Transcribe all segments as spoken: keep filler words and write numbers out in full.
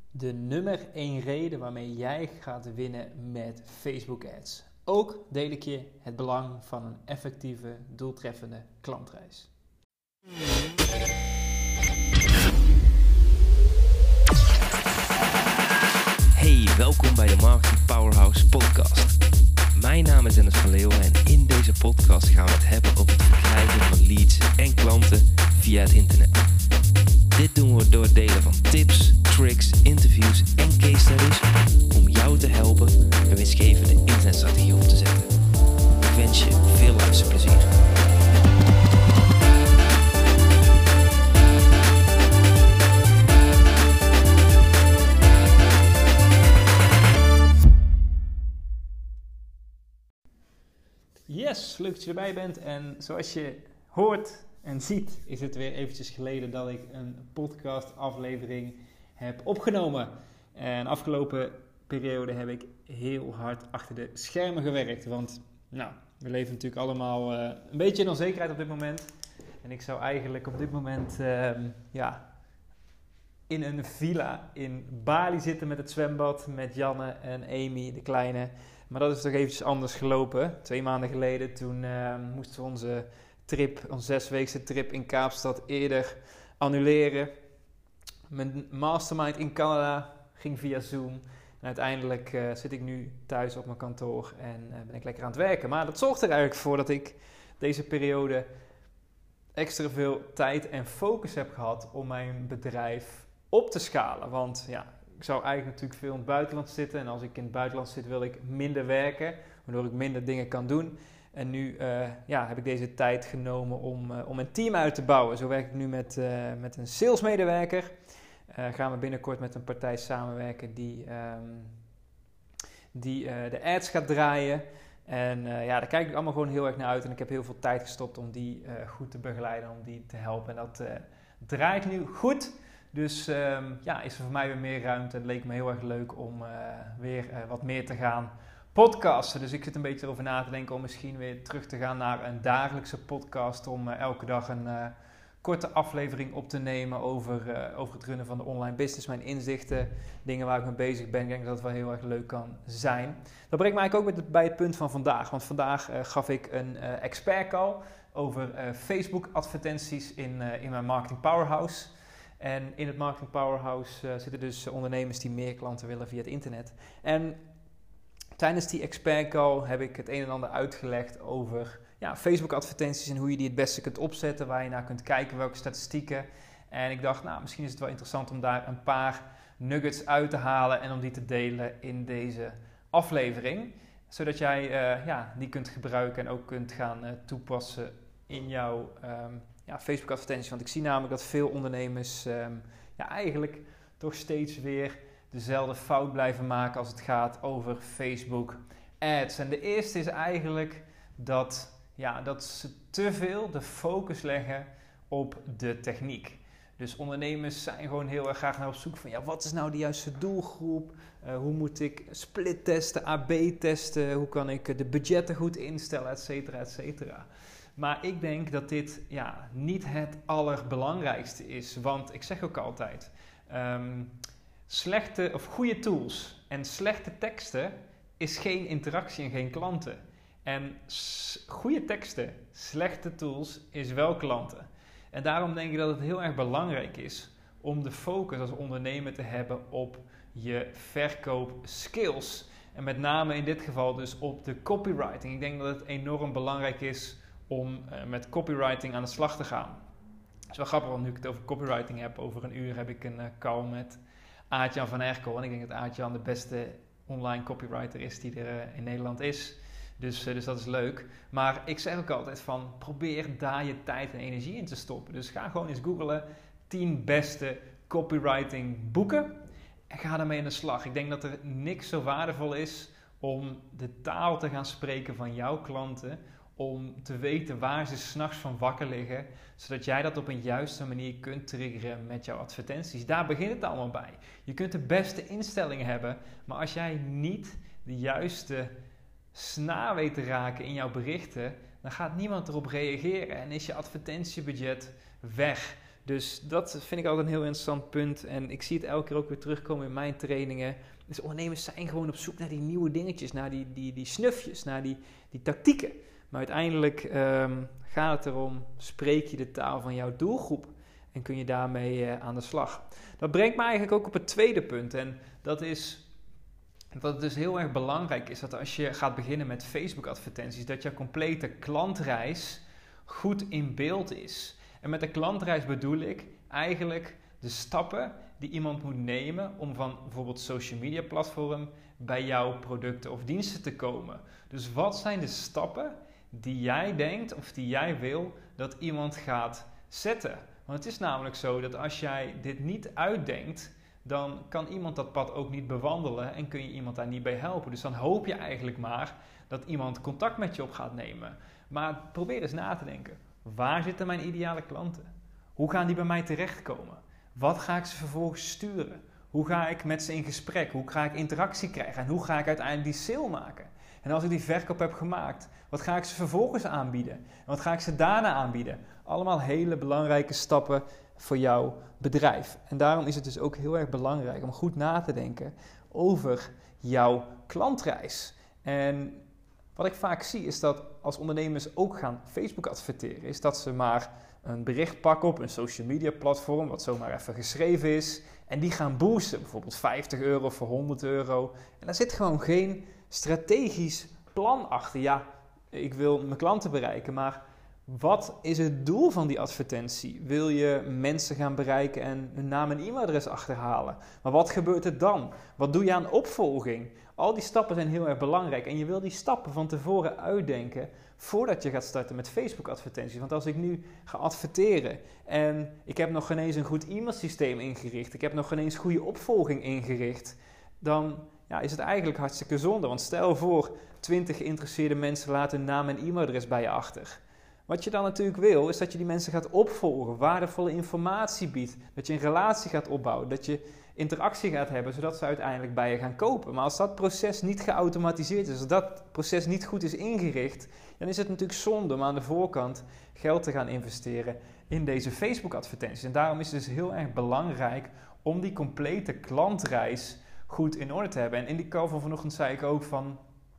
de nummer één reden waarmee jij gaat winnen met Facebook Ads. Ook deel ik je het belang van een effectieve, doeltreffende klantreis. Hey, welkom bij de Marketing Powerhouse podcast. Mijn naam is Dennis van Leeuwen en in deze podcast gaan we het hebben over het verkrijgen van leads en klanten via het internet. Dit doen we door het delen van tips, tricks, interviews en case studies om jou te helpen een winstgevende internetstrategie op te zetten. Ik wens je veel luisterplezier. Yes, leuk dat je erbij bent. En zoals je hoort en ziet, is het weer eventjes geleden dat ik een podcast aflevering heb opgenomen. En de afgelopen periode heb ik heel hard achter de schermen gewerkt. Want nou, we leven natuurlijk allemaal uh, een beetje in onzekerheid op dit moment. En ik zou eigenlijk op dit moment uh, ja, in een villa in Bali zitten met het zwembad, met Janne en Amy, de kleine. Maar dat is toch eventjes anders gelopen. Twee maanden geleden, toen uh, moesten we onze trip, onze zesweekse trip in Kaapstad eerder annuleren. Mijn mastermind in Canada ging via Zoom. En uiteindelijk uh, zit ik nu thuis op mijn kantoor en uh, ben ik lekker aan het werken. Maar dat zorgt er eigenlijk voor dat ik deze periode extra veel tijd en focus heb gehad om mijn bedrijf op te schalen. Want ja, ik zou eigenlijk natuurlijk veel in het buitenland zitten. En als ik in het buitenland zit, wil ik minder werken, waardoor ik minder dingen kan doen. En nu uh, ja, heb ik deze tijd genomen om, uh, om een team uit te bouwen. Zo werk ik nu met, uh, met een salesmedewerker. Uh, gaan we binnenkort met een partij samenwerken die, um, die uh, de ads gaat draaien. En uh, ja, daar kijk ik allemaal gewoon heel erg naar uit. En ik heb heel veel tijd gestopt om die uh, goed te begeleiden, om die te helpen. En dat uh, draait nu goed. Dus um, ja, is er voor mij weer meer ruimte. Het leek me heel erg leuk om uh, weer uh, wat meer te gaan podcasten. Dus ik zit een beetje erover na te denken om misschien weer terug te gaan naar een dagelijkse podcast. Om uh, elke dag een uh, korte aflevering op te nemen over, uh, over het runnen van de online business. Mijn inzichten, dingen waar ik mee bezig ben. Ik denk dat het wel heel erg leuk kan zijn. Dat brengt mij eigenlijk ook met, bij het punt van vandaag. Want vandaag uh, gaf ik een uh, expert call over uh, Facebook advertenties in, uh, in mijn Marketing Powerhouse. En in het Marketing Powerhouse uh, zitten dus ondernemers die meer klanten willen via het internet. En tijdens die expert call heb ik het een en ander uitgelegd over ja, Facebook advertenties en hoe je die het beste kunt opzetten, waar je naar kunt kijken, welke statistieken. En ik dacht, nou, misschien is het wel interessant om daar een paar nuggets uit te halen en om die te delen in deze aflevering. Zodat jij uh, ja, die kunt gebruiken en ook kunt gaan uh, toepassen in jouw um, ja, Facebook advertenties. Want ik zie namelijk dat veel ondernemers um, ja, eigenlijk toch steeds weer dezelfde fout blijven maken als het gaat over Facebook ads. En de eerste is eigenlijk dat, ja, dat ze te veel de focus leggen op de techniek. Dus ondernemers zijn gewoon heel erg graag naar op zoek van ja, wat is nou de juiste doelgroep? Uh, hoe moet ik split testen, A B testen? Hoe kan ik de budgetten goed instellen, et cetera, et cetera. Maar ik denk dat dit ja, niet het allerbelangrijkste is. Want ik zeg ook altijd, um, slechte of goede tools en slechte teksten is geen interactie en geen klanten. En s- goede teksten, slechte tools is wel klanten. En daarom denk ik dat het heel erg belangrijk is om de focus als ondernemer te hebben op je verkoopskills. En met name in dit geval dus op de copywriting. Ik denk dat het enorm belangrijk is om uh, met copywriting aan de slag te gaan. Het is wel grappig, want nu ik het over copywriting heb, over een uur heb ik een uh, call met Aart-Jan van Erkel. En ik denk dat Aart-Jan de beste online copywriter is die er uh, in Nederland is. Dus, uh, dus dat is leuk. Maar ik zeg ook altijd van, probeer daar je tijd en energie in te stoppen. Dus ga gewoon eens googlen, tien beste copywriting boeken. En ga daarmee aan de slag. Ik denk dat er niks zo waardevol is om de taal te gaan spreken van jouw klanten. Om te weten waar ze 's nachts van wakker liggen. Zodat jij dat op een juiste manier kunt triggeren met jouw advertenties. Daar begint het allemaal bij. Je kunt de beste instellingen hebben. Maar als jij niet de juiste snaar weet te raken in jouw berichten, dan gaat niemand erop reageren. En is je advertentiebudget weg. Dus dat vind ik altijd een heel interessant punt. En ik zie het elke keer ook weer terugkomen in mijn trainingen. Dus ondernemers zijn gewoon op zoek naar die nieuwe dingetjes, naar die, die, die snufjes, naar die, die tactieken. Maar uiteindelijk um, gaat het erom, spreek je de taal van jouw doelgroep en kun je daarmee uh, aan de slag. Dat brengt me eigenlijk ook op het tweede punt. En dat is dat het dus heel erg belangrijk is dat als je gaat beginnen met Facebook advertenties, dat je complete klantreis goed in beeld is. En met de klantreis bedoel ik eigenlijk de stappen die iemand moet nemen om van bijvoorbeeld social media platform bij jouw producten of diensten te komen. Dus wat zijn de stappen die jij denkt of die jij wil dat iemand gaat zetten? Want het is namelijk zo dat als jij dit niet uitdenkt, dan kan iemand dat pad ook niet bewandelen en kun je iemand daar niet bij helpen. Dus dan hoop je eigenlijk maar dat iemand contact met je op gaat nemen. Maar probeer eens na te denken. Waar zitten mijn ideale klanten? Hoe gaan die bij mij terechtkomen? Wat ga ik ze vervolgens sturen? Hoe ga ik met ze in gesprek? Hoe ga ik interactie krijgen? En hoe ga ik uiteindelijk die sale maken? En als ik die verkoop heb gemaakt, wat ga ik ze vervolgens aanbieden? En wat ga ik ze daarna aanbieden? Allemaal hele belangrijke stappen voor jouw bedrijf. En daarom is het dus ook heel erg belangrijk om goed na te denken over jouw klantreis. En wat ik vaak zie is dat als ondernemers ook gaan Facebook adverteren, is dat ze maar een bericht pakken op een social media platform, wat zomaar even geschreven is, en die gaan boosten, bijvoorbeeld vijftig euro voor honderd euro. En daar zit gewoon geen strategisch plan achter. Ja, ik wil mijn klanten bereiken, maar wat is het doel van die advertentie? Wil je mensen gaan bereiken en hun naam en e-mailadres achterhalen? Maar wat gebeurt er dan? Wat doe je aan opvolging? Al die stappen zijn heel erg belangrijk en je wil die stappen van tevoren uitdenken voordat je gaat starten met Facebook advertenties. Want als ik nu ga adverteren en ik heb nog geen eens een goed e-mailsysteem ingericht, ik heb nog geen eens goede opvolging ingericht, dan ja, is het eigenlijk hartstikke zonde. Want stel voor, twintig geïnteresseerde mensen laten hun naam en e-mailadres bij je achter. Wat je dan natuurlijk wil, is dat je die mensen gaat opvolgen, waardevolle informatie biedt, dat je een relatie gaat opbouwen, dat je interactie gaat hebben, zodat ze uiteindelijk bij je gaan kopen. Maar als dat proces niet geautomatiseerd is, als dat proces niet goed is ingericht, dan is het natuurlijk zonde om aan de voorkant geld te gaan investeren in deze Facebook-advertenties. En daarom is het dus heel erg belangrijk om die complete klantreis goed in orde te hebben. En in die call van vanochtend zei ik ook van,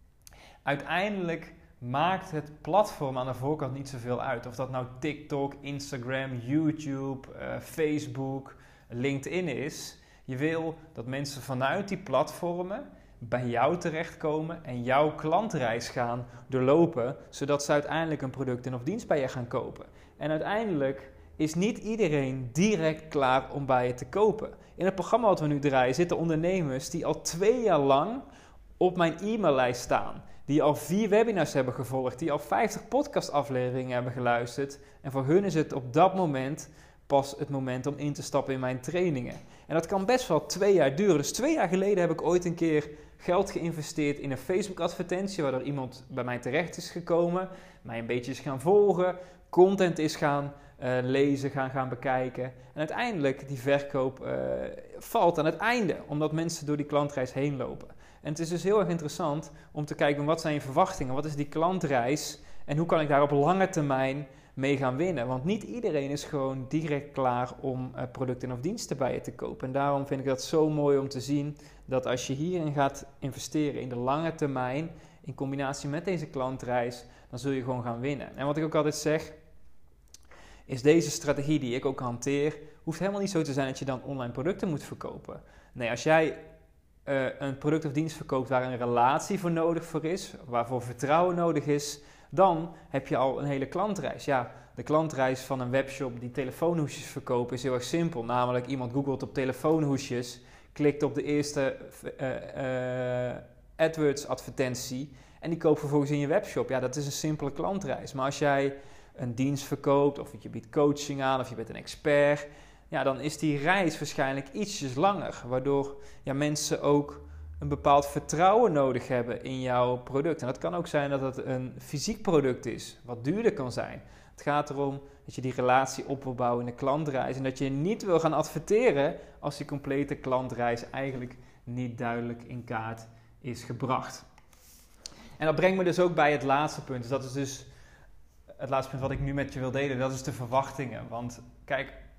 uiteindelijk maakt het platform aan de voorkant niet zoveel uit. Of dat nou TikTok, Instagram, YouTube, uh, Facebook, LinkedIn is. Je wil dat mensen vanuit die platformen bij jou terechtkomen en jouw klantreis gaan doorlopen, zodat ze uiteindelijk een product en of dienst bij je gaan kopen. En uiteindelijk is niet iedereen direct klaar om bij je te kopen. In het programma wat we nu draaien zitten ondernemers die al twee jaar lang op mijn e-maillijst staan. Die al vier webinars hebben gevolgd, die al vijftig podcastafleveringen hebben geluisterd. En voor hun is het op dat moment pas het moment om in te stappen in mijn trainingen. En dat kan best wel twee jaar duren. Dus twee jaar geleden heb ik ooit een keer geld geïnvesteerd in een Facebook advertentie, waardoor iemand bij mij terecht is gekomen, mij een beetje is gaan volgen, content is gaan uh, lezen, gaan, gaan bekijken. En uiteindelijk die verkoop uh, valt aan het einde, omdat mensen door die klantreis heen lopen. En het is dus heel erg interessant om te kijken, wat zijn je verwachtingen? Wat is die klantreis? En hoe kan ik daar op lange termijn mee gaan winnen? Want niet iedereen is gewoon direct klaar om uh, producten of diensten bij je te kopen. En daarom vind ik dat zo mooi om te zien dat als je hierin gaat investeren in de lange termijn, in combinatie met deze klantreis, dan zul je gewoon gaan winnen. En wat ik ook altijd zeg, is deze strategie die ik ook hanteer, hoeft helemaal niet zo te zijn dat je dan online producten moet verkopen. Nee, als jij Uh, een product of dienst verkoopt waar een relatie voor nodig voor is, waarvoor vertrouwen nodig is, dan heb je al een hele klantreis. Ja, de klantreis van een webshop die telefoonhoesjes verkoopt is heel erg simpel. Namelijk iemand googelt op telefoonhoesjes, klikt op de eerste uh, uh, AdWords advertentie en die koopt vervolgens in je webshop. Ja, dat is een simpele klantreis. Maar als jij een dienst verkoopt of je biedt coaching aan of je bent een expert, ja, dan is die reis waarschijnlijk ietsjes langer, waardoor ja, mensen ook een bepaald vertrouwen nodig hebben in jouw product. En dat kan ook zijn dat het een fysiek product is, wat duurder kan zijn. Het gaat erom dat je die relatie op wil bouwen in de klantreis en dat je niet wil gaan adverteren als die complete klantreis eigenlijk niet duidelijk in kaart is gebracht. En dat brengt me dus ook bij het laatste punt. Dus dat is dus het laatste punt wat ik nu met je wil delen, dat is de verwachtingen. Want kijk,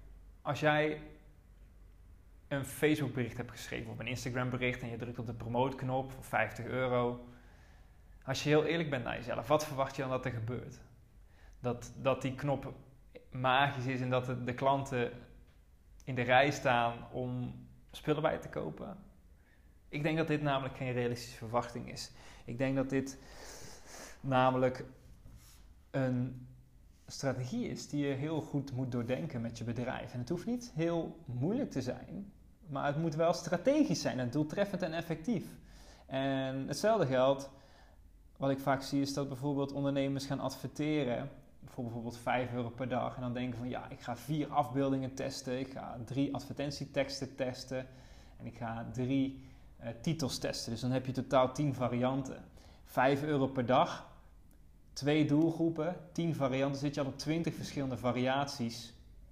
als jij een Facebook bericht hebt geschreven of een Instagram bericht en je drukt op de promote knop voor vijftig euro. Als je heel eerlijk bent naar jezelf, wat verwacht je dan dat er gebeurt? Dat, dat die knop magisch is en dat de, de klanten in de rij staan om spullen bij te kopen? Ik denk dat dit namelijk geen realistische verwachting is. Ik denk dat dit namelijk een strategie is die je heel goed moet doordenken met je bedrijf. En het hoeft niet heel moeilijk te zijn, maar het moet wel strategisch zijn en doeltreffend en effectief. En hetzelfde geldt, wat ik vaak zie, is dat bijvoorbeeld ondernemers gaan adverteren voor bijvoorbeeld vijf euro per dag. En dan denken van ja, ik ga vier afbeeldingen testen, ik ga drie advertentieteksten testen en ik ga drie uh, titels testen. Dus dan heb je totaal tien varianten. vijf euro per dag, twee doelgroepen, tien varianten, zit je al op twintig verschillende variaties.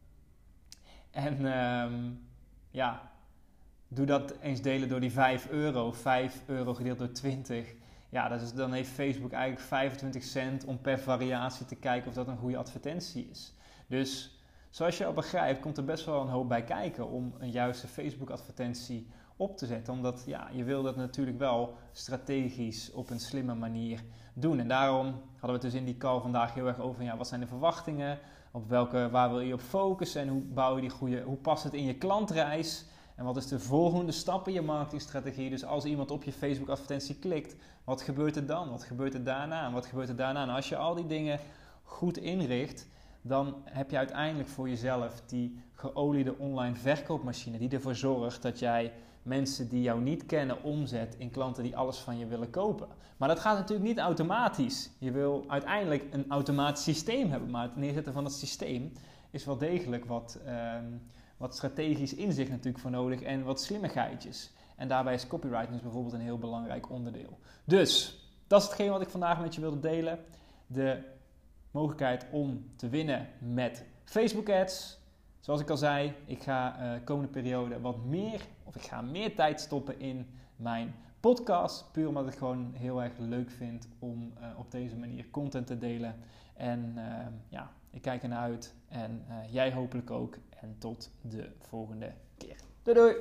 En um, ja, doe dat eens delen door die vijf euro. vijf euro gedeeld door twintig. Ja, dat is, dan heeft Facebook eigenlijk vijfentwintig cent om per variatie te kijken of dat een goede advertentie is. Dus zoals je al begrijpt, komt er best wel een hoop bij kijken om een juiste Facebook advertentie op te zetten. Omdat ja, je wil dat natuurlijk wel strategisch op een slimme manier doen. En daarom hadden we het dus in die call vandaag heel erg over, ja, wat zijn de verwachtingen? Op welke, waar wil je op focussen? En hoe bouw je die goede, hoe past het in je klantreis? En wat is de volgende stap in je marketingstrategie? Dus als iemand op je Facebook advertentie klikt, wat gebeurt er dan? Wat gebeurt er daarna? En wat gebeurt er daarna? En als je al die dingen goed inricht, dan heb je uiteindelijk voor jezelf die geoliede online verkoopmachine die ervoor zorgt dat jij mensen die jou niet kennen omzet in klanten die alles van je willen kopen. Maar dat gaat natuurlijk niet automatisch. Je wil uiteindelijk een automatisch systeem hebben, maar het neerzetten van dat systeem is wel degelijk wat, um, wat strategisch inzicht natuurlijk voor nodig en wat slimmigheidjes. En daarbij is copywriting dus bijvoorbeeld een heel belangrijk onderdeel. Dus, dat is hetgeen wat ik vandaag met je wilde delen. De mogelijkheid om te winnen met Facebook ads. Zoals ik al zei, ik ga de uh, komende periode wat meer, of ik ga meer tijd stoppen in mijn podcast. Puur omdat ik het gewoon heel erg leuk vind om uh, op deze manier content te delen. En uh, ja, ik kijk ernaar uit. En uh, jij hopelijk ook. En tot de volgende keer. Doei doei!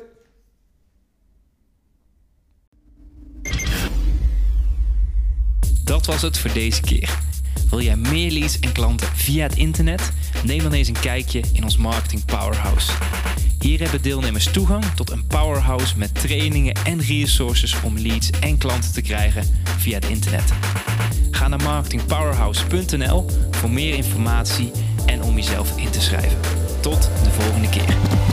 Dat was het voor deze keer. Wil jij meer leads en klanten via het internet? Neem dan eens een kijkje in ons Marketing Powerhouse. Hier hebben deelnemers toegang tot een powerhouse met trainingen en resources om leads en klanten te krijgen via het internet. Ga naar marketing powerhouse punt n l voor meer informatie en om jezelf in te schrijven. Tot de volgende keer.